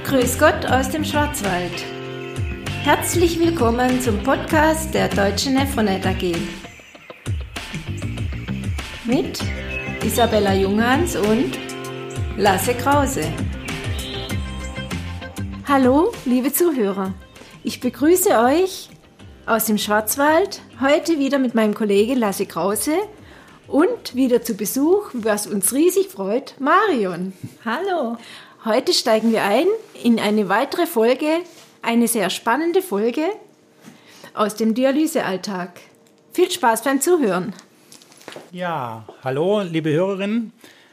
Grüß Gott aus dem Schwarzwald. Herzlich willkommen zum Podcast der Deutschen Nefronet AG. Mit Isabella Junghans und Lasse Krause. Hallo, liebe Zuhörer. Ich begrüße euch aus dem Schwarzwald, heute wieder mit meinem Kollegen Lasse Krause und wieder zu Besuch, was uns riesig freut, Marion. Hallo. Heute steigen wir ein in eine weitere Folge, eine sehr spannende Folge aus dem Dialysealltag. Viel Spaß beim Zuhören. Ja, hallo liebe Hörerinnen.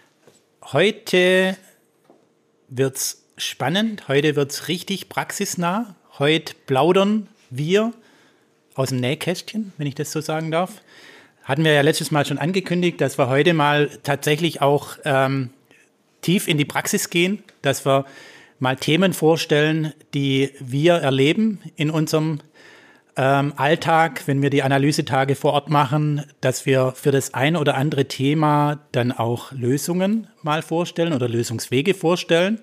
Heute wird's spannend, heute wird's richtig praxisnah. Heute plaudern wir aus dem Nähkästchen, wenn ich das so sagen darf. Hatten wir ja letztes Mal schon angekündigt, dass wir heute mal tatsächlich auch tief in die Praxis gehen, dass wir mal Themen vorstellen, die wir erleben in unserem Alltag, wenn wir die Analysetage vor Ort machen, dass wir für das ein oder andere Thema dann auch Lösungen mal vorstellen oder Lösungswege vorstellen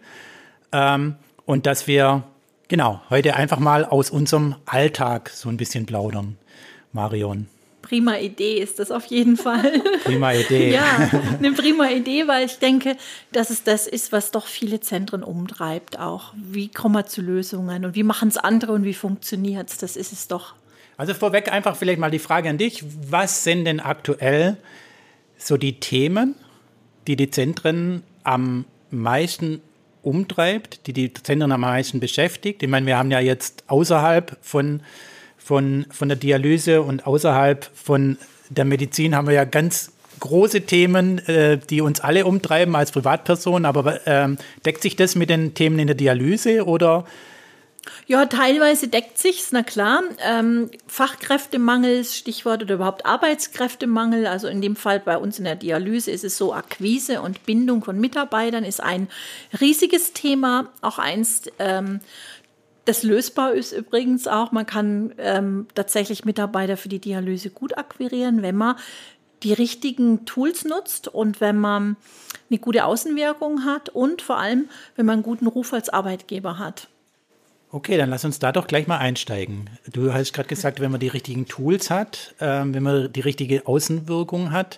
und dass wir heute einfach mal aus unserem Alltag so ein bisschen plaudern. Marion. Prima Idee ist das auf jeden Fall. Prima Idee. Ja, eine prima Idee, weil ich denke, dass es das ist, was doch viele Zentren umtreibt auch. Wie kommen wir zu Lösungen und wie machen es andere und wie funktioniert es? Das ist es doch. Also vorweg einfach vielleicht mal die Frage an dich. Was sind denn aktuell so die Themen, die die Zentren am meisten umtreibt, die Zentren am meisten beschäftigt? Ich meine, wir haben ja jetzt außerhalb von der Dialyse und außerhalb von der Medizin haben wir ja ganz große Themen, die uns alle umtreiben als Privatpersonen. Aber deckt sich das mit den Themen in der Dialyse oder? Ja, teilweise deckt sich's, na klar. Fachkräftemangel, Stichwort, oder überhaupt Arbeitskräftemangel. Also in dem Fall bei uns in der Dialyse ist es so, Akquise und Bindung von Mitarbeitern ist ein riesiges Thema. Auch eins, das lösbar ist übrigens auch. Man kann tatsächlich Mitarbeiter für die Dialyse gut akquirieren, wenn man die richtigen Tools nutzt und wenn man eine gute Außenwirkung hat und vor allem, wenn man einen guten Ruf als Arbeitgeber hat. Okay, dann lass uns da doch gleich mal einsteigen. Du hast gerade gesagt, wenn man die richtigen Tools hat, wenn man die richtige Außenwirkung hat.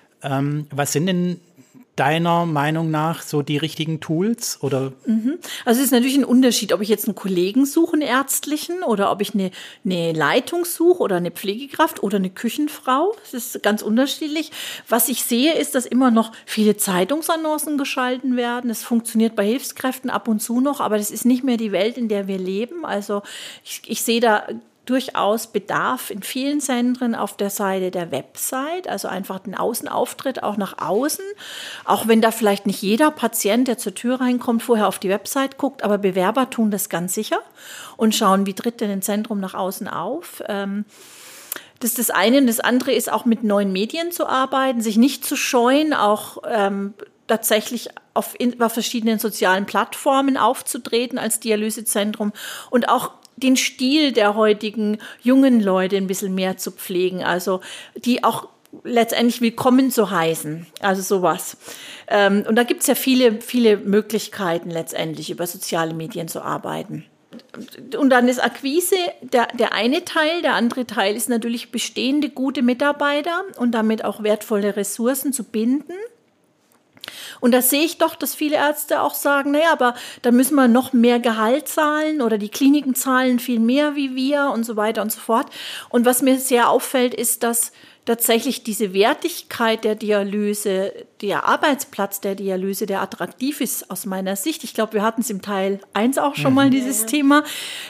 Was sind denn deiner Meinung nach so die richtigen Tools? Oder? Also es ist natürlich ein Unterschied, ob ich jetzt einen Kollegen suche, einen ärztlichen, oder ob ich eine Leitung suche oder eine Pflegekraft oder eine Küchenfrau. Das ist ganz unterschiedlich. Was ich sehe, ist, dass immer noch viele Zeitungsannoncen geschalten werden. Es funktioniert bei Hilfskräften ab und zu noch, aber das ist nicht mehr die Welt, in der wir leben. Also ich sehe da durchaus Bedarf in vielen Zentren auf der Seite der Website, also einfach den Außenauftritt auch nach außen, auch wenn da vielleicht nicht jeder Patient, der zur Tür reinkommt, vorher auf die Website guckt, aber Bewerber tun das ganz sicher und schauen, wie tritt denn ein Zentrum nach außen auf. Das ist das eine. Und das andere ist auch mit neuen Medien zu arbeiten, sich nicht zu scheuen, auch tatsächlich auf verschiedenen sozialen Plattformen aufzutreten als Dialysezentrum und auch den Stil der heutigen jungen Leute ein bisschen mehr zu pflegen, also die auch letztendlich willkommen zu heißen, also sowas. Und da gibt es ja viele, viele Möglichkeiten letztendlich über soziale Medien zu arbeiten. Und dann ist Akquise der eine Teil, der andere Teil ist natürlich bestehende gute Mitarbeiter und damit auch wertvolle Ressourcen zu binden. Und da sehe ich doch, dass viele Ärzte auch sagen, naja, aber da müssen wir noch mehr Gehalt zahlen oder die Kliniken zahlen viel mehr wie wir und so weiter und so fort. Und was mir sehr auffällt, ist, dass tatsächlich diese Wertigkeit der Dialyse, der Arbeitsplatz der Dialyse, der attraktiv ist aus meiner Sicht. Ich glaube, wir hatten es im Teil 1 auch schon mal, dieses Thema,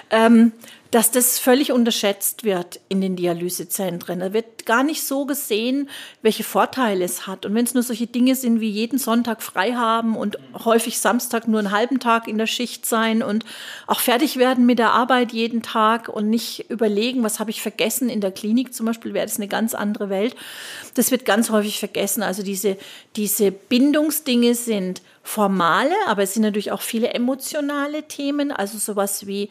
dass das völlig unterschätzt wird in den Dialysezentren. Da wird gar nicht so gesehen, welche Vorteile es hat. Und wenn es nur solche Dinge sind wie jeden Sonntag frei haben und häufig Samstag nur einen halben Tag in der Schicht sein und auch fertig werden mit der Arbeit jeden Tag und nicht überlegen, was habe ich vergessen in der Klinik zum Beispiel, wäre das eine ganz andere Welt. Das wird ganz häufig vergessen. Also diese Bindungsdinge sind formale, aber es sind natürlich auch viele emotionale Themen, also sowas wie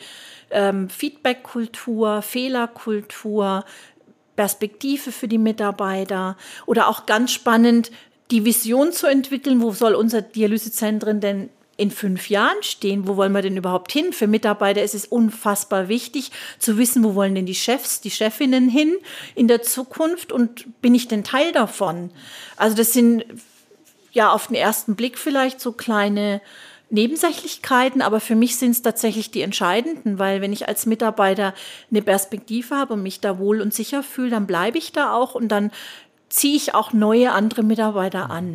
Feedback-Kultur, Fehlerkultur, Perspektive für die Mitarbeiter oder auch ganz spannend, die Vision zu entwickeln, wo soll unser Dialysezentrum denn in 5 Jahren stehen? Wo wollen wir denn überhaupt hin? Für Mitarbeiter ist es unfassbar wichtig zu wissen, wo wollen denn die Chefs, die Chefinnen hin in der Zukunft und bin ich denn Teil davon? Also das sind ja auf den ersten Blick vielleicht so kleine Nebensächlichkeiten, aber für mich sind es tatsächlich die entscheidenden, weil wenn ich als Mitarbeiter eine Perspektive habe und mich da wohl und sicher fühle, dann bleibe ich da auch und dann ziehe ich auch neue andere Mitarbeiter an.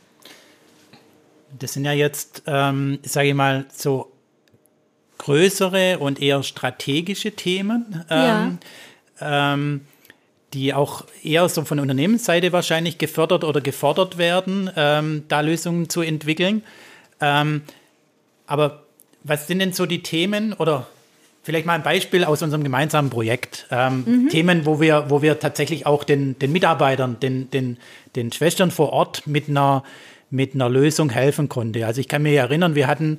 Das sind ja jetzt, sage ich mal, so größere und eher strategische Themen, die auch eher so von Unternehmensseite wahrscheinlich gefördert oder gefordert werden, da Lösungen zu entwickeln. Aber was sind denn so die Themen oder vielleicht mal ein Beispiel aus unserem gemeinsamen Projekt? Themen, wo wir tatsächlich auch den Mitarbeitern, den Schwestern vor Ort mit einer Lösung helfen konnten. Also ich kann mich erinnern, wir hatten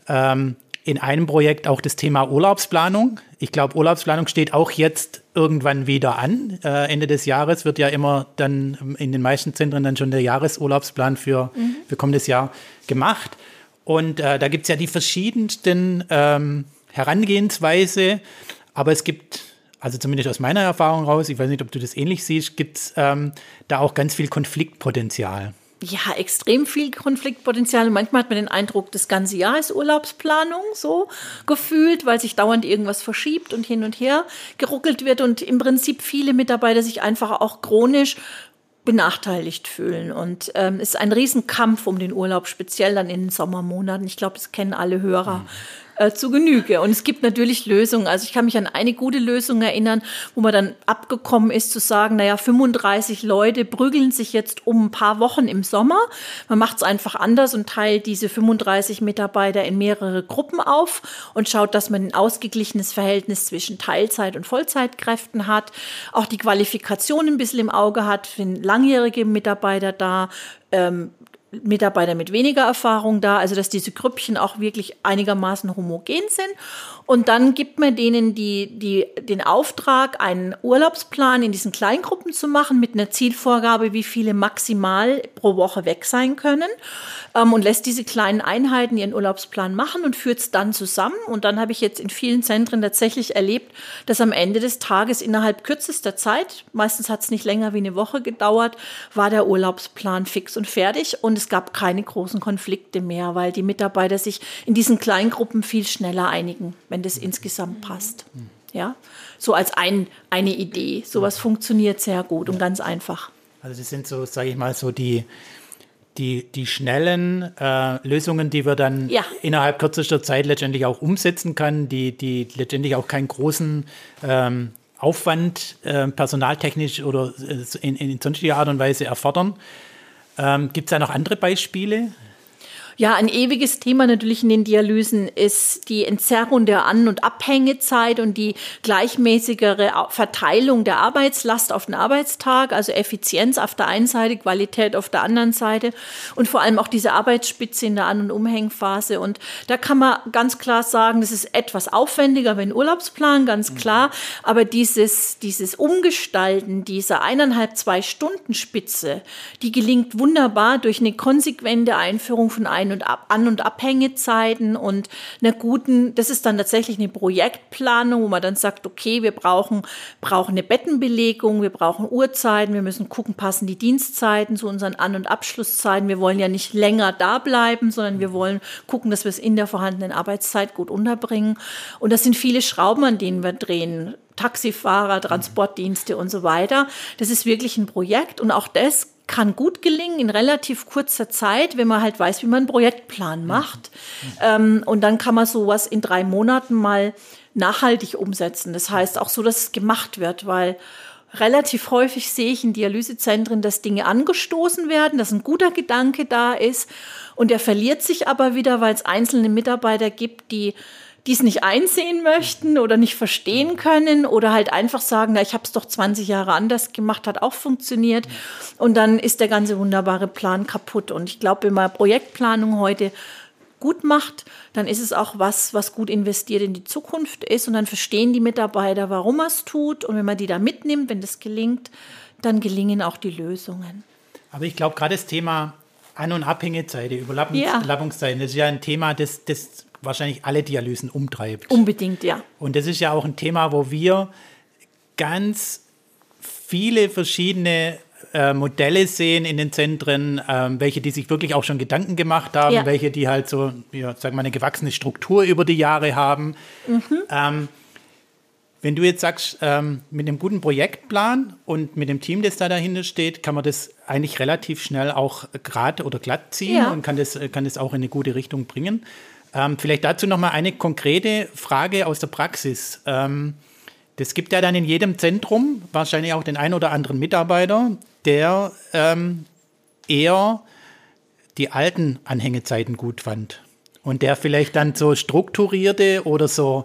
in einem Projekt auch das Thema Urlaubsplanung. Ich glaube, Urlaubsplanung steht auch jetzt irgendwann wieder an. Ende des Jahres wird ja immer dann in den meisten Zentren dann schon der Jahresurlaubsplan für kommendes Jahr gemacht. Und da gibt es ja die verschiedensten Herangehensweise, aber es gibt, also zumindest aus meiner Erfahrung raus, ich weiß nicht, ob du das ähnlich siehst, gibt es da auch ganz viel Konfliktpotenzial. Ja, extrem viel Konfliktpotenzial. Und manchmal hat man den Eindruck, das ganze Jahr ist Urlaubsplanung so gefühlt, weil sich dauernd irgendwas verschiebt und hin und her geruckelt wird und im Prinzip viele Mitarbeiter sich einfach auch chronisch benachteiligt fühlen. Und es ist ein Riesenkampf um den Urlaub, speziell dann in den Sommermonaten. Ich glaube, das kennen alle Hörer zu Genüge. Und es gibt natürlich Lösungen. Also ich kann mich an eine gute Lösung erinnern, wo man dann abgekommen ist zu sagen, 35 Leute prügeln sich jetzt um ein paar Wochen im Sommer. Man macht es einfach anders und teilt diese 35 Mitarbeiter in mehrere Gruppen auf und schaut, dass man ein ausgeglichenes Verhältnis zwischen Teilzeit- und Vollzeitkräften hat. Auch die Qualifikation ein bisschen im Auge hat, sind langjährige Mitarbeiter da, Mitarbeiter mit weniger Erfahrung da, also dass diese Grüppchen auch wirklich einigermaßen homogen sind. Und dann gibt man denen den Auftrag, einen Urlaubsplan in diesen Kleingruppen zu machen mit einer Zielvorgabe, wie viele maximal pro Woche weg sein können, und lässt diese kleinen Einheiten ihren Urlaubsplan machen und führt es dann zusammen. Und dann habe ich jetzt in vielen Zentren tatsächlich erlebt, dass am Ende des Tages innerhalb kürzester Zeit, meistens hat es nicht länger wie eine Woche gedauert, war der Urlaubsplan fix und fertig und es gab keine großen Konflikte mehr, weil die Mitarbeiter sich in diesen Kleingruppen viel schneller einigen, wenn das insgesamt passt. Ja, so als eine Idee. Sowas funktioniert sehr gut und ganz einfach. Also das sind so, sage ich mal, so die schnellen Lösungen, die wir dann innerhalb kürzester Zeit letztendlich auch umsetzen können, die letztendlich auch keinen großen Aufwand personaltechnisch oder in sonstiger Art und Weise erfordern. Gibt es da noch andere Beispiele? Ja, ein ewiges Thema natürlich in den Dialysen ist die Entzerrung der An- und Abhängezeit und die gleichmäßigere Verteilung der Arbeitslast auf den Arbeitstag, also Effizienz auf der einen Seite, Qualität auf der anderen Seite und vor allem auch diese Arbeitsspitze in der An- und Umhängphase. Und da kann man ganz klar sagen, das ist etwas aufwendiger wie ein Urlaubsplan, ganz klar, aber dieses Umgestalten dieser 1,5-2 Stunden Spitze, die gelingt wunderbar durch eine konsequente Einführung von An- und Abhängezeiten und einer guten, das ist dann tatsächlich eine Projektplanung, wo man dann sagt, okay, wir brauchen eine Bettenbelegung, wir brauchen Uhrzeiten, wir müssen gucken, passen die Dienstzeiten zu unseren An- und Abschlusszeiten. Wir wollen ja nicht länger da bleiben, sondern wir wollen gucken, dass wir es in der vorhandenen Arbeitszeit gut unterbringen. Und das sind viele Schrauben, an denen wir drehen. Taxifahrer, Transportdienste und so weiter. Das ist wirklich ein Projekt und auch das kann gut gelingen in relativ kurzer Zeit, wenn man halt weiß, wie man einen Projektplan macht. Und dann kann man sowas in 3 Monaten mal nachhaltig umsetzen. Das heißt auch so, dass es gemacht wird, weil relativ häufig sehe ich in Dialysezentren, dass Dinge angestoßen werden, dass ein guter Gedanke da ist und der verliert sich aber wieder, weil es einzelne Mitarbeiter gibt, die es nicht einsehen möchten oder nicht verstehen können oder halt einfach sagen, ich habe es doch 20 Jahre anders gemacht, hat auch funktioniert. Und dann ist der ganze wunderbare Plan kaputt. Und ich glaube, wenn man Projektplanung heute gut macht, dann ist es auch was gut investiert in die Zukunft ist. Und dann verstehen die Mitarbeiter, warum er es tut. Und wenn man die da mitnimmt, wenn das gelingt, dann gelingen auch die Lösungen. Aber ich glaube, gerade das Thema An- und Abhängezeiten, Überlappungszeiten, das ist ja ein Thema, das wahrscheinlich alle Dialysen umtreibt. Unbedingt, ja. Und das ist ja auch ein Thema, wo wir ganz viele verschiedene Modelle sehen in den Zentren, welche, die sich wirklich auch schon Gedanken gemacht haben, welche, die halt so, sagen wir, eine gewachsene Struktur über die Jahre haben. Wenn du jetzt sagst, mit einem guten Projektplan und mit dem Team, das da dahinter steht, kann man das eigentlich relativ schnell auch gerade oder glatt ziehen und kann das auch in eine gute Richtung bringen. Vielleicht dazu nochmal eine konkrete Frage aus der Praxis. Das gibt ja dann in jedem Zentrum wahrscheinlich auch den einen oder anderen Mitarbeiter, der eher die alten Anhängezeiten gut fand und der vielleicht dann so strukturierte oder so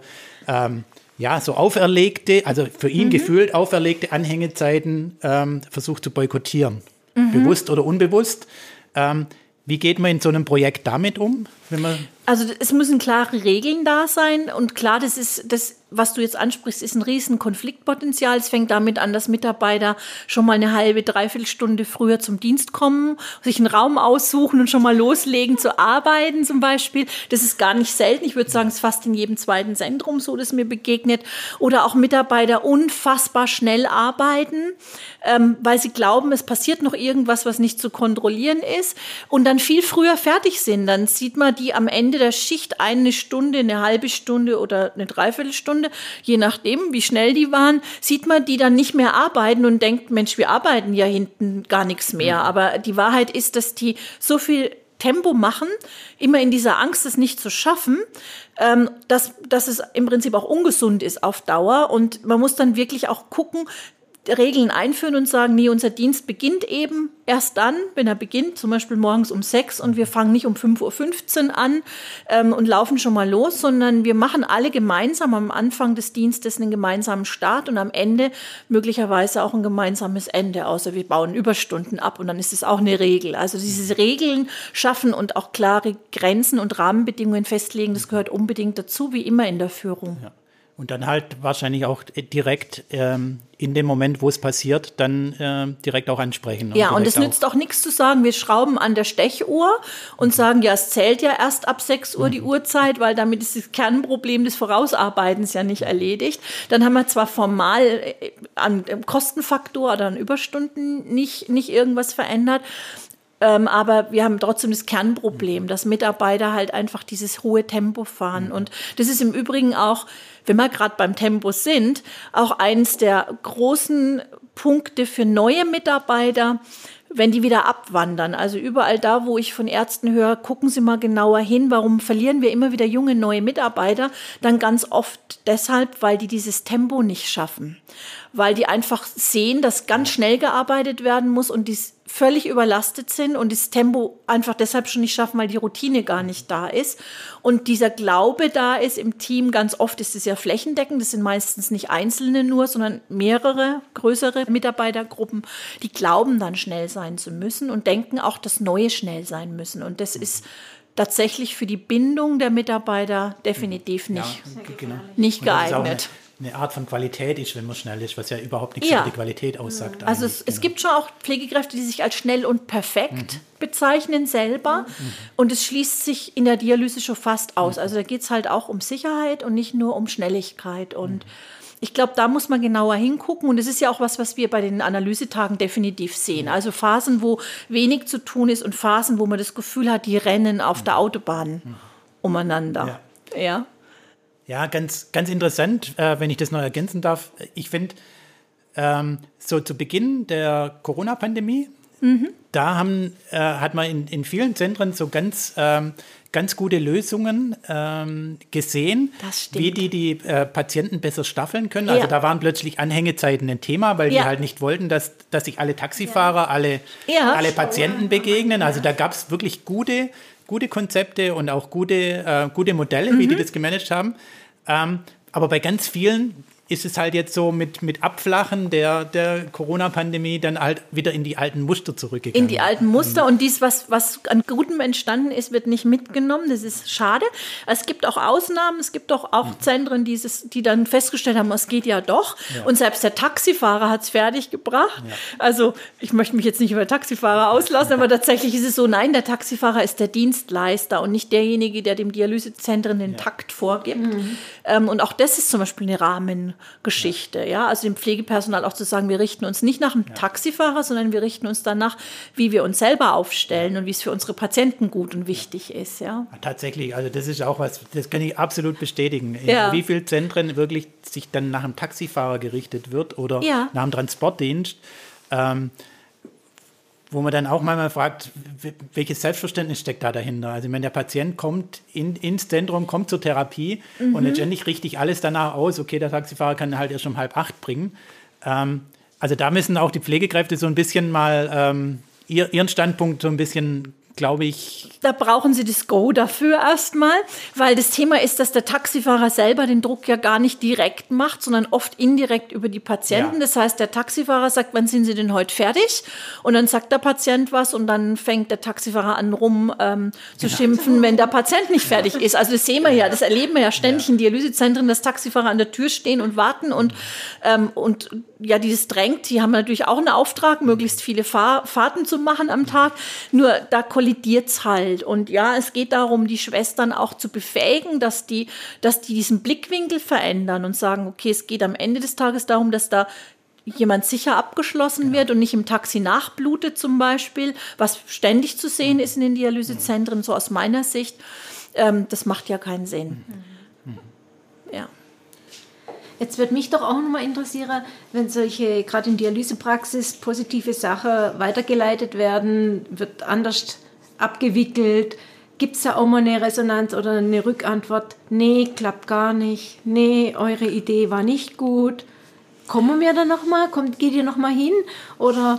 so auferlegte, also für ihn gefühlt auferlegte Anhängezeiten versucht zu boykottieren, bewusst oder unbewusst. Wie geht man in so einem Projekt damit um? Also es müssen klare Regeln da sein und klar, das, was du jetzt ansprichst, ist ein riesen Konfliktpotenzial. Es fängt damit an, dass Mitarbeiter schon mal eine halbe, dreiviertel Stunde früher zum Dienst kommen, sich einen Raum aussuchen und schon mal loslegen zu arbeiten zum Beispiel. Das ist gar nicht selten. Ich würde sagen, es ist fast in jedem zweiten Zentrum so, das mir begegnet. Oder auch Mitarbeiter unfassbar schnell arbeiten, weil sie glauben, es passiert noch irgendwas, was nicht zu kontrollieren ist und dann viel früher fertig sind. Dann sieht man die am Ende der Schicht eine Stunde, eine halbe Stunde oder eine Dreiviertelstunde, je nachdem, wie schnell die waren, sieht man die dann nicht mehr arbeiten und denkt, Mensch, wir arbeiten ja hinten gar nichts mehr. Aber die Wahrheit ist, dass die so viel Tempo machen, immer in dieser Angst, es nicht zu schaffen, dass es im Prinzip auch ungesund ist auf Dauer. Und man muss dann wirklich auch gucken, Regeln einführen und sagen, nee, unser Dienst beginnt eben erst dann, wenn er beginnt, zum Beispiel morgens um 6 und wir fangen nicht um 5:15 Uhr an und laufen schon mal los, sondern wir machen alle gemeinsam am Anfang des Dienstes einen gemeinsamen Start und am Ende möglicherweise auch ein gemeinsames Ende, außer wir bauen Überstunden ab und dann ist es auch eine Regel. Also diese Regeln schaffen und auch klare Grenzen und Rahmenbedingungen festlegen, das gehört unbedingt dazu, wie immer in der Führung. Ja. Und dann halt wahrscheinlich auch direkt in dem Moment, wo es passiert, dann direkt auch ansprechen. Ja, und es nützt auch nichts zu sagen, wir schrauben an der Stechuhr und sagen, ja, es zählt ja erst ab 6 Uhr die Uhrzeit, weil damit ist das Kernproblem des Vorausarbeitens ja nicht erledigt. Dann haben wir zwar formal an Kostenfaktor oder an Überstunden nicht irgendwas verändert, aber wir haben trotzdem das Kernproblem, dass Mitarbeiter halt einfach dieses hohe Tempo fahren. Und das ist im Übrigen auch, wenn wir gerade beim Tempo sind, auch eines der großen Punkte für neue Mitarbeiter, wenn die wieder abwandern. Also überall da, wo ich von Ärzten höre, gucken Sie mal genauer hin, warum verlieren wir immer wieder junge, neue Mitarbeiter? Dann ganz oft deshalb, weil die dieses Tempo nicht schaffen. Weil die einfach sehen, dass ganz schnell gearbeitet werden muss und die völlig überlastet sind und das Tempo einfach deshalb schon nicht schaffen, weil die Routine gar nicht da ist. Und dieser Glaube da ist im Team, ganz oft ist es ja flächendeckend, das sind meistens nicht Einzelne nur, sondern mehrere größere Mitarbeitergruppen, die glauben dann schnell sein zu müssen und denken auch, dass Neue schnell sein müssen. Und das ist tatsächlich für die Bindung der Mitarbeiter definitiv nicht geeignet. Eine Art von Qualität ist, wenn man schnell ist, was ja überhaupt nichts über die Qualität aussagt. Also es gibt schon auch Pflegekräfte, die sich als schnell und perfekt bezeichnen selber und es schließt sich in der Dialyse schon fast aus. Also da geht es halt auch um Sicherheit und nicht nur um Schnelligkeit und ich glaube, da muss man genauer hingucken und es ist ja auch was wir bei den Analysetagen definitiv sehen. Also Phasen, wo wenig zu tun ist und Phasen, wo man das Gefühl hat, die rennen auf der Autobahn umeinander. Ja. Ja, ganz, ganz interessant, wenn ich das noch ergänzen darf. Ich finde, so zu Beginn der Corona-Pandemie, da hat man in vielen Zentren so ganz gute Lösungen gesehen, wie die Patienten besser staffeln können. Also da waren plötzlich Anhängezeiten ein Thema, weil die halt nicht wollten, dass sich alle Taxifahrer, alle Patienten begegnen. Also da gab es wirklich gute Konzepte und auch gute Modelle, wie die das gemanagt haben. Aber bei ganz vielen ist es halt jetzt so mit Abflachen der Corona-Pandemie dann halt wieder in die alten Muster zurückgegangen. In die alten Muster und dies, was an Gutem entstanden ist, wird nicht mitgenommen. Das ist schade. Es gibt auch Ausnahmen, es gibt auch Zentren, die dann festgestellt haben, es geht ja doch. Ja. Und selbst der Taxifahrer hat es fertiggebracht. Ja. Also ich möchte mich jetzt nicht über Taxifahrer auslassen, aber tatsächlich ist es so, nein, der Taxifahrer ist der Dienstleister und nicht derjenige, der dem Dialysezentren den Takt vorgibt. Und auch das ist zum Beispiel eine Rahmengeschichte. Ja? Also dem Pflegepersonal auch zu sagen, wir richten uns nicht nach dem Taxifahrer, sondern wir richten uns danach, wie wir uns selber aufstellen und wie es für unsere Patienten gut und wichtig ist. Ja? Tatsächlich, also das ist auch was, das kann ich absolut bestätigen. In wie vielen Zentren wirklich sich dann nach dem Taxifahrer gerichtet wird oder nach dem Transportdienst. Wo man dann auch manchmal fragt, welches Selbstverständnis steckt da dahinter? Also ich meine, der Patient kommt ins Zentrum, kommt zur Therapie und letztendlich richtig alles danach aus, okay, der Taxifahrer kann halt erst um 7:30 bringen. Also da müssen auch die Pflegekräfte so ein bisschen mal ihren Standpunkt so ein bisschen, glaube ich... Da brauchen sie das Go dafür erstmal, weil das Thema ist, dass der Taxifahrer selber den Druck ja gar nicht direkt macht, sondern oft indirekt über die Patienten. Ja. Das heißt, der Taxifahrer sagt, wann sind Sie denn heute fertig? Und dann sagt der Patient was und dann fängt der Taxifahrer an zu schimpfen, wenn der Patient nicht fertig ist. Also das sehen wir ja, das erleben wir ja ständig in Dialysezentren, dass Taxifahrer an der Tür stehen und warten und dieses drängt. Die haben natürlich auch einen Auftrag, möglichst viele Fahrten zu machen am Tag. Nur da kollidiert es halt. Und ja, es geht darum, die Schwestern auch zu befähigen, dass die diesen Blickwinkel verändern und sagen, okay, es geht am Ende des Tages darum, dass da jemand sicher abgeschlossen wird und nicht im Taxi nachblutet zum Beispiel, was ständig zu sehen ist in den Dialysezentren, so aus meiner Sicht. Das macht ja keinen Sinn. Ja. Jetzt würde mich doch auch nochmal interessieren, wenn solche, gerade in Dialysepraxis, positive Sachen weitergeleitet werden, wird anders abgewickelt. Gibt es da auch mal eine Resonanz oder eine Rückantwort? Nee, klappt gar nicht. Nee, eure Idee war nicht gut. Kommen wir da nochmal? Geht ihr nochmal hin? Oder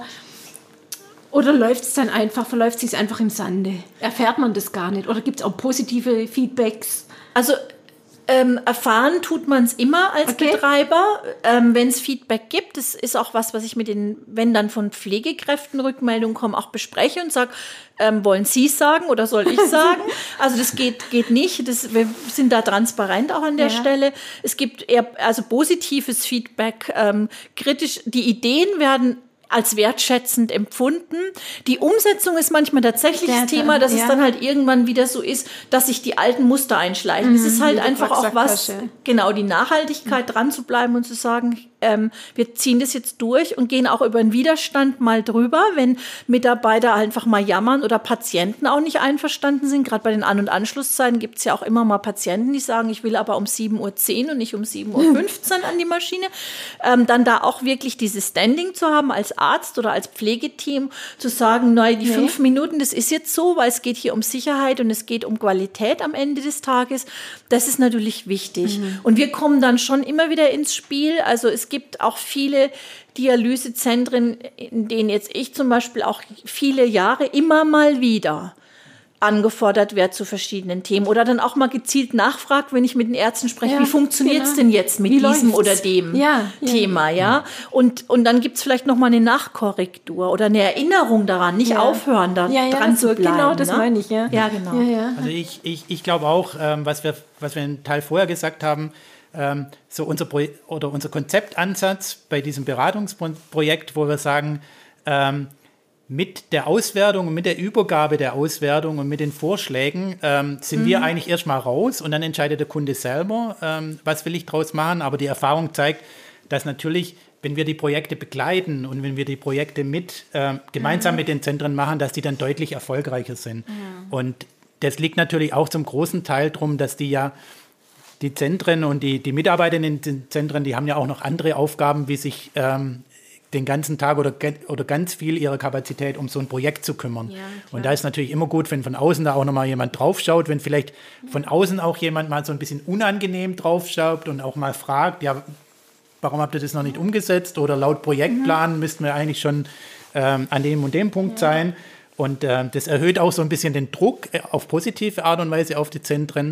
läuft es dann einfach, verläuft es sich einfach im Sande? Erfährt man das gar nicht? Oder gibt es auch positive Feedbacks? Also erfahren tut man es immer als Betreiber, wenn es Feedback gibt. Das ist auch was ich wenn dann von Pflegekräften Rückmeldungen kommen, auch bespreche und sage, wollen Sie es sagen oder soll ich sagen? Also das geht nicht. Wir sind da transparent auch an der Stelle. Es gibt eher positives Feedback, kritisch. Die Ideen werden als wertschätzend empfunden. Die Umsetzung ist manchmal tatsächlich das Thema, dass es dann halt irgendwann wieder so ist, dass sich die alten Muster einschleichen. Es ist halt einfach auch was, die Nachhaltigkeit dran zu bleiben und zu sagen, wir ziehen das jetzt durch und gehen auch über den Widerstand mal drüber, wenn Mitarbeiter einfach mal jammern oder Patienten auch nicht einverstanden sind. Gerade bei den An- und Anschlusszeiten gibt es ja auch immer mal Patienten, die sagen, ich will aber um 7:10 Uhr und nicht um 7:15 Uhr an die Maschine. Dann da auch wirklich dieses Standing zu haben als Arzt oder als Pflegeteam, zu sagen, die 5 Minuten, das ist jetzt so, weil es geht hier um Sicherheit und es geht um Qualität am Ende des Tages. Das ist natürlich wichtig. Und wir kommen dann schon immer wieder ins Spiel. Also es gibt auch viele Dialysezentren, in denen jetzt ich zum Beispiel auch viele Jahre immer mal wieder angefordert werde zu verschiedenen Themen oder dann auch mal gezielt nachfragt, wenn ich mit den Ärzten spreche, wie funktioniert es denn jetzt mit diesem oder dem Thema, ja? Und dann gibt es vielleicht noch mal eine Nachkorrektur oder eine Erinnerung daran, nicht aufhören, da dran zu bleiben. Genau, das meine ich, ja. Ja, genau. Also ich glaube auch, was wir einen Teil vorher gesagt haben, so unser Konzeptansatz bei diesem Beratungsprojekt, wo wir sagen, mit der Auswertung und mit der Übergabe der Auswertung und mit den Vorschlägen sind wir eigentlich erstmal raus und dann entscheidet der Kunde selber, was will ich draus machen. Aber die Erfahrung zeigt, dass natürlich, wenn wir die Projekte begleiten und wenn wir die Projekte gemeinsam mit den Zentren machen, dass die dann deutlich erfolgreicher sind. Und das liegt natürlich auch zum großen Teil darum, dass die Zentren und die Mitarbeiter in den Zentren, die haben ja auch noch andere Aufgaben, wie sich den ganzen Tag oder ganz viel ihrer Kapazität um so ein Projekt zu kümmern. Ja, und da ist natürlich immer gut, wenn von außen da auch nochmal jemand draufschaut, wenn vielleicht von außen auch jemand mal so ein bisschen unangenehm draufschaut und auch mal fragt, ja, warum habt ihr das noch nicht umgesetzt? Oder laut Projektplan müssten wir eigentlich schon an dem und dem Punkt sein. Und das erhöht auch so ein bisschen den Druck auf positive Art und Weise auf die Zentren.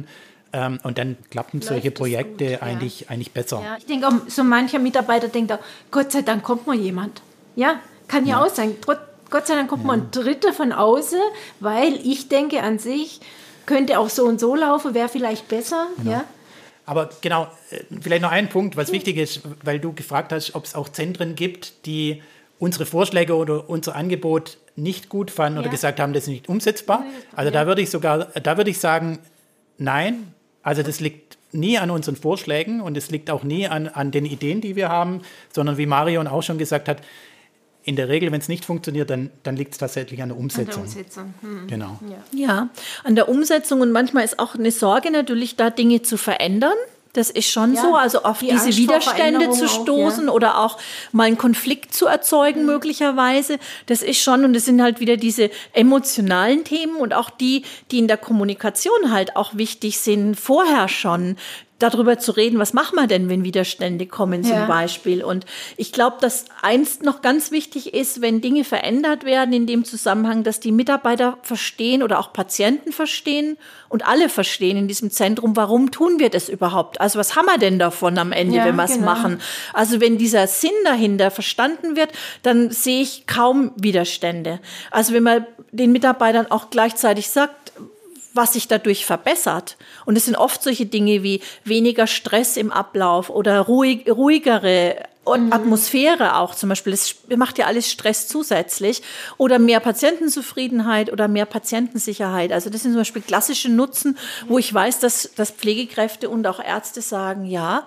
Und dann klappen solche Projekte gut, eigentlich besser. Ja, ich denke auch, so mancher Mitarbeiter denkt auch, Gott sei Dank kommt mal jemand. Ja, kann ja auch sein. Gott sei Dank kommt mal ein Dritter von außen, weil ich denke an sich, könnte auch so und so laufen, wäre vielleicht besser. Genau. Ja. Aber genau, vielleicht noch ein Punkt, was wichtig ist, weil du gefragt hast, ob es auch Zentren gibt, die unsere Vorschläge oder unser Angebot nicht gut fanden oder gesagt haben, das ist nicht umsetzbar. Also da würde ich sagen, nein, also das liegt nie an unseren Vorschlägen und es liegt auch nie an den Ideen, die wir haben, sondern wie Marion auch schon gesagt hat, in der Regel, wenn es nicht funktioniert, dann liegt es tatsächlich an der Umsetzung. Genau. Ja, an der Umsetzung und manchmal ist auch eine Sorge natürlich da, Dinge zu verändern. Das ist schon so, also auf diese Angst vor Widerstände zu stoßen oder auch mal einen Konflikt zu erzeugen möglicherweise. Das ist schon, und das sind halt wieder diese emotionalen Themen und auch die in der Kommunikation halt auch wichtig sind, vorher schon darüber zu reden, was machen wir denn, wenn Widerstände kommen zum Beispiel. Und ich glaube, dass eins noch ganz wichtig ist, wenn Dinge verändert werden in dem Zusammenhang, dass die Mitarbeiter verstehen oder auch Patienten verstehen und alle verstehen in diesem Zentrum, warum tun wir das überhaupt? Also was haben wir denn davon am Ende, wenn wir es machen? Also wenn dieser Sinn dahinter verstanden wird, dann sehe ich kaum Widerstände. Also wenn man den Mitarbeitern auch gleichzeitig sagt, was sich dadurch verbessert. Und es sind oft solche Dinge wie weniger Stress im Ablauf oder ruhigere Atmosphäre auch zum Beispiel. Das macht ja alles Stress zusätzlich. Oder mehr Patientenzufriedenheit oder mehr Patientensicherheit. Also das sind zum Beispiel klassische Nutzen, wo ich weiß, dass Pflegekräfte und auch Ärzte sagen, ja,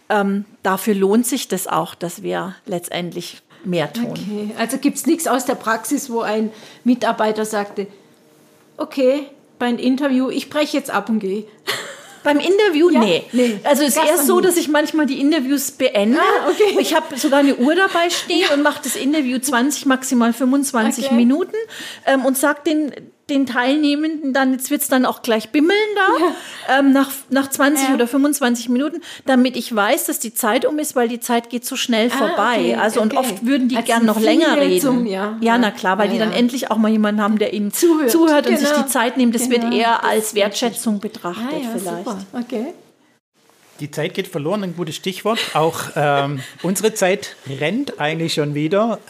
dafür lohnt sich das auch, dass wir letztendlich mehr tun. Okay, also gibt es nichts aus der Praxis, wo ein Mitarbeiter sagte, okay, beim Interview, ich breche jetzt ab und gehe. Beim Interview? Ja? Nee. Also es ist eher so, dass ich manchmal die Interviews beende. Okay. Ich habe sogar eine Uhr dabei stehen und mache das Interview 20, maximal 25 Minuten und sage den Teilnehmenden dann, jetzt wird es dann auch gleich bimmeln da, nach 20 oder 25 Minuten, damit ich weiß, dass die Zeit um ist, weil die Zeit geht so schnell vorbei. Also und oft würden die gern noch länger reden. Na klar, weil die dann endlich auch mal jemanden haben, der ihnen zuhört und sich die Zeit nimmt. Das wird eher als Wertschätzung betrachtet vielleicht. Super. Okay. Die Zeit geht verloren, ein gutes Stichwort. Auch unsere Zeit rennt eigentlich schon wieder.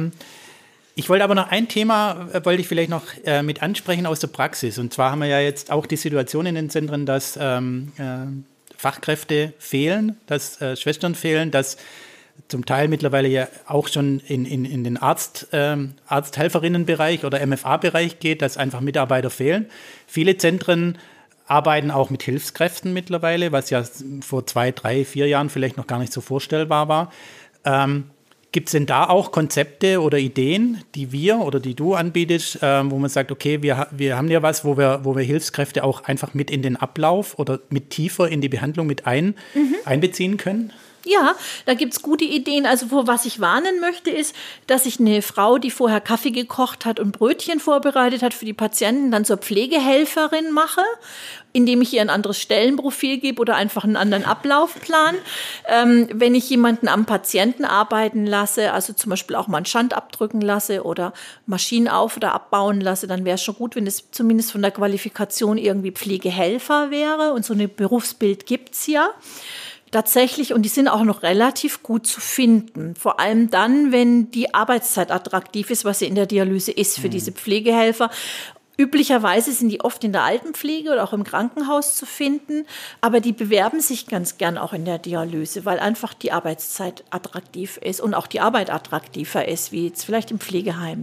Ich wollte aber noch ein Thema, wollte ich vielleicht noch mit ansprechen aus der Praxis. Und zwar haben wir ja jetzt auch die Situation in den Zentren, dass Fachkräfte fehlen, dass Schwestern fehlen, dass zum Teil mittlerweile ja auch schon in den Arzthelferinnenbereich oder MFA-Bereich geht, dass einfach Mitarbeiter fehlen. Viele Zentren arbeiten auch mit Hilfskräften mittlerweile, was ja vor 2, 3, 4 Jahren vielleicht noch gar nicht so vorstellbar war. Gibt es denn da auch Konzepte oder Ideen, die wir oder die du anbietest, wo man sagt, okay, wir haben ja was, wo wir Hilfskräfte auch einfach mit in den Ablauf oder mit tiefer in die Behandlung mit einbeziehen können? Ja, da gibt's gute Ideen. Also vor was ich warnen möchte, ist, dass ich eine Frau, die vorher Kaffee gekocht hat und Brötchen vorbereitet hat für die Patienten, dann zur Pflegehelferin mache, indem ich ihr ein anderes Stellenprofil gebe oder einfach einen anderen Ablaufplan. Wenn ich jemanden am Patienten arbeiten lasse, also zum Beispiel auch mal einen Schand abdrücken lasse oder Maschinen auf- oder abbauen lasse, dann wäre es schon gut, wenn es zumindest von der Qualifikation irgendwie Pflegehelfer wäre. Und so ein Berufsbild gibt's ja. Tatsächlich, und die sind auch noch relativ gut zu finden. Vor allem dann, wenn die Arbeitszeit attraktiv ist, was sie in der Dialyse ist für diese Pflegehelfer. Üblicherweise sind die oft in der Altenpflege oder auch im Krankenhaus zu finden, aber die bewerben sich ganz gern auch in der Dialyse, weil einfach die Arbeitszeit attraktiv ist und auch die Arbeit attraktiver ist, wie jetzt vielleicht im Pflegeheim.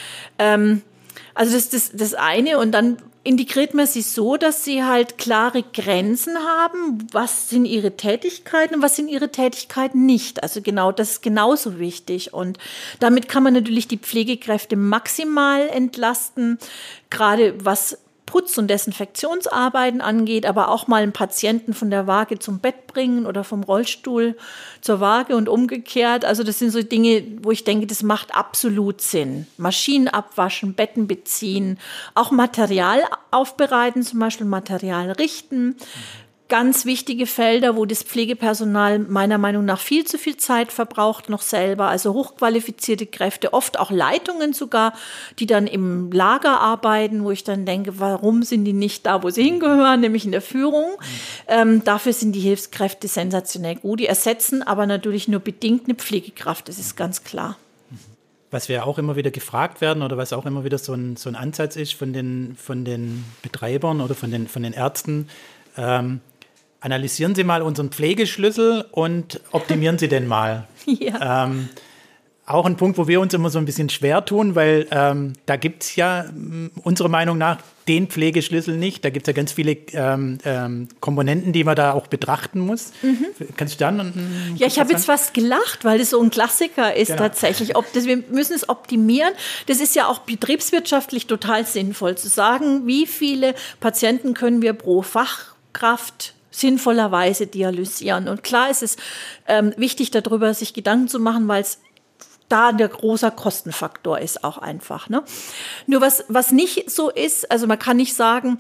Also das ist das eine, und dann integriert man sie so, dass sie halt klare Grenzen haben, was sind ihre Tätigkeiten und was sind ihre Tätigkeiten nicht. Also genau, das ist genauso wichtig, und damit kann man natürlich die Pflegekräfte maximal entlasten, gerade was Putz- und Desinfektionsarbeiten angeht, aber auch mal einen Patienten von der Waage zum Bett bringen oder vom Rollstuhl zur Waage und umgekehrt. Also das sind so Dinge, wo ich denke, das macht absolut Sinn. Maschinen abwaschen, Betten beziehen, auch Material aufbereiten, zum Beispiel Material richten. ganz wichtige Felder, wo das Pflegepersonal meiner Meinung nach viel zu viel Zeit verbraucht noch selber. Also hochqualifizierte Kräfte, oft auch Leitungen sogar, die dann im Lager arbeiten, wo ich dann denke, warum sind die nicht da, wo sie hingehören, nämlich in der Führung. Dafür sind die Hilfskräfte sensationell gut. Die ersetzen aber natürlich nur bedingt eine Pflegekraft, das ist ganz klar. Was wir auch immer wieder gefragt werden oder was auch immer wieder so ein Ansatz ist von den Betreibern oder von den Ärzten, analysieren Sie mal unseren Pflegeschlüssel und optimieren Sie den mal. Ja. Auch ein Punkt, wo wir uns immer so ein bisschen schwer tun, weil da gibt es ja unserer Meinung nach den Pflegeschlüssel nicht. Da gibt es ja ganz viele Komponenten, die man da auch betrachten muss. Kannst du dann? Ja, ich habe jetzt fast gelacht, weil das so ein Klassiker ist tatsächlich. Wir müssen es optimieren. Das ist ja auch betriebswirtschaftlich total sinnvoll zu sagen, wie viele Patienten können wir pro Fachkraft sinnvollerweise dialysieren. Und klar ist es wichtig, darüber sich Gedanken zu machen, weil es da der großer Kostenfaktor ist auch einfach. Ne? Nur was nicht so ist, also man kann nicht sagen,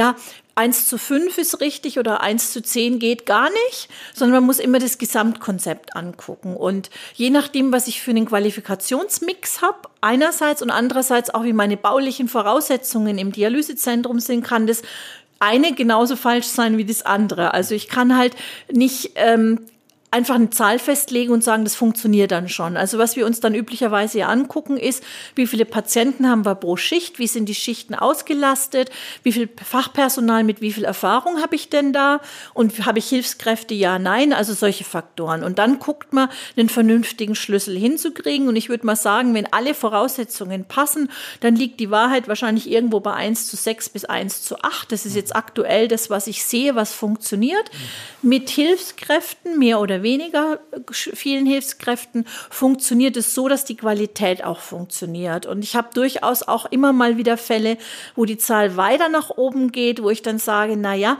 1:5 ist richtig oder 1:10 geht gar nicht, sondern man muss immer das Gesamtkonzept angucken. Und je nachdem, was ich für einen Qualifikationsmix habe, einerseits und andererseits auch, wie meine baulichen Voraussetzungen im Dialysezentrum sind, kann das eine genauso falsch sein wie das andere. Also ich kann halt nicht einfach eine Zahl festlegen und sagen, das funktioniert dann schon. Also was wir uns dann üblicherweise angucken ist, wie viele Patienten haben wir pro Schicht, wie sind die Schichten ausgelastet, wie viel Fachpersonal mit wie viel Erfahrung habe ich denn da und habe ich Hilfskräfte, ja, nein, also solche Faktoren. Und dann guckt man, einen vernünftigen Schlüssel hinzukriegen und ich würde mal sagen, wenn alle Voraussetzungen passen, dann liegt die Wahrheit wahrscheinlich irgendwo bei 1:6 bis 1:8. Das ist jetzt aktuell das, was ich sehe, was funktioniert. Mit Hilfskräften, mehr oder weniger vielen Hilfskräften, funktioniert es so, dass die Qualität auch funktioniert. Und ich habe durchaus auch immer mal wieder Fälle, wo die Zahl weiter nach oben geht, wo ich dann sage,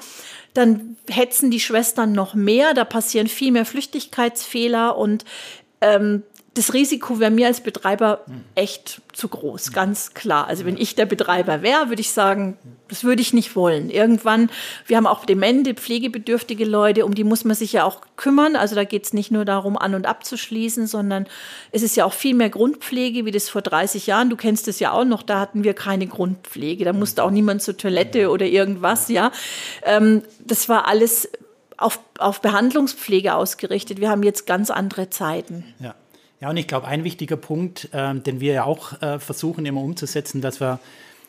dann hetzen die Schwestern noch mehr, da passieren viel mehr Flüchtigkeitsfehler und das Risiko wäre mir als Betreiber echt zu groß, ganz klar. Also wenn ich der Betreiber wäre, würde ich sagen, das würde ich nicht wollen. Irgendwann, wir haben auch demente, pflegebedürftige Leute, um die muss man sich ja auch kümmern. Also da geht es nicht nur darum, an- und abzuschließen, sondern es ist ja auch viel mehr Grundpflege, wie das vor 30 Jahren. Du kennst es ja auch noch, da hatten wir keine Grundpflege. Da musste auch niemand zur Toilette oder irgendwas, ja. Das war alles auf Behandlungspflege ausgerichtet. Wir haben jetzt ganz andere Zeiten. Ja, und ich glaube, ein wichtiger Punkt, den wir ja auch versuchen immer umzusetzen, dass wir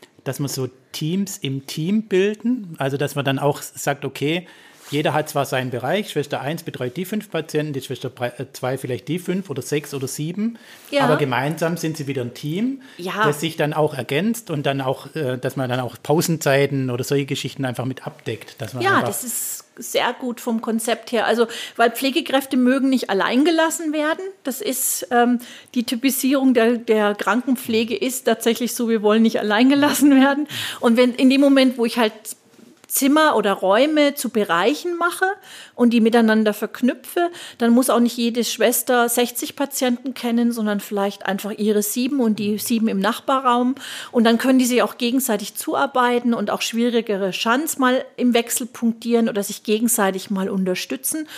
so Teams im Team bilden. Also, dass man dann auch sagt, okay, jeder hat zwar seinen Bereich, Schwester 1 betreut die 5 Patienten, die Schwester 2 vielleicht die 5 oder 6 oder 7, aber gemeinsam sind sie wieder ein Team, das sich dann auch ergänzt und dann auch, dass man dann auch Pausenzeiten oder solche Geschichten einfach mit abdeckt. Dass man das ist sehr gut vom Konzept her. Also, weil Pflegekräfte mögen nicht allein gelassen werden. Das ist die Typisierung der Krankenpflege ist tatsächlich so, wir wollen nicht allein gelassen werden. Und wenn in dem Moment, wo ich halt Zimmer oder Räume zu Bereichen mache und die miteinander verknüpfe, dann muss auch nicht jede Schwester 60 Patienten kennen, sondern vielleicht einfach ihre 7 und die 7 im Nachbarraum. Und dann können die sich auch gegenseitig zuarbeiten und auch schwierigere Schanz mal im Wechsel punktieren oder sich gegenseitig mal unterstützen.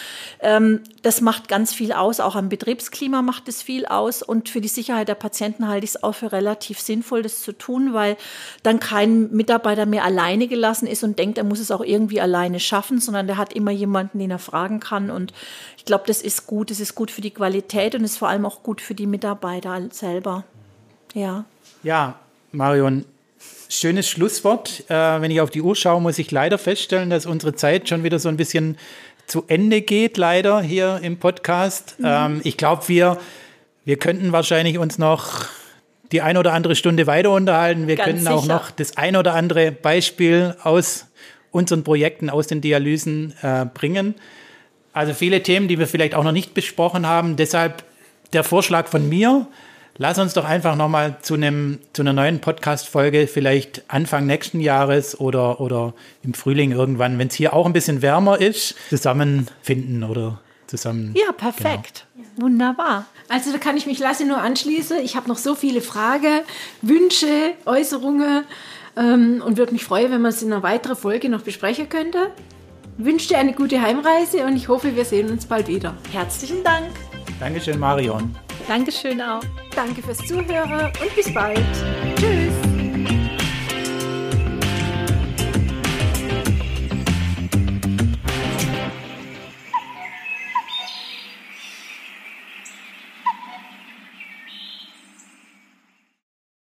Das macht ganz viel aus, auch am Betriebsklima macht es viel aus. Und für die Sicherheit der Patienten halte ich es auch für relativ sinnvoll, das zu tun, weil dann kein Mitarbeiter mehr alleine gelassen ist und denkt, er muss es auch irgendwie alleine schaffen, sondern der hat immer jemanden, den er fragen kann. Und ich glaube, das ist gut. Das ist gut für die Qualität und ist vor allem auch gut für die Mitarbeiter selber. Ja. Ja, Marion, schönes Schlusswort. Wenn ich auf die Uhr schaue, muss ich leider feststellen, dass unsere Zeit schon wieder so ein bisschen zu Ende geht, leider hier im Podcast. Ich glaube, wir könnten wahrscheinlich uns noch die ein oder andere Stunde weiter unterhalten. Wir könnten auch noch das ein oder andere Beispiel aus unseren Projekten, aus den Dialysen bringen. Also viele Themen, die wir vielleicht auch noch nicht besprochen haben. Deshalb der Vorschlag von mir, lass uns doch einfach nochmal zu einer neuen Podcast-Folge vielleicht Anfang nächsten Jahres oder im Frühling irgendwann, wenn es hier auch ein bisschen wärmer ist, zusammenfinden oder zusammen. Ja, perfekt. Genau. Wunderbar. Also da kann ich mich Lasse nur anschließen. Ich habe noch so viele Fragen, Wünsche, Äußerungen und würde mich freuen, wenn man es in einer weiteren Folge noch besprechen könnte. wünsche dir eine gute Heimreise und ich hoffe, wir sehen uns bald wieder. Herzlichen Dank. Dankeschön, Marion. Dankeschön auch. Danke fürs Zuhören und bis bald. Tschüss.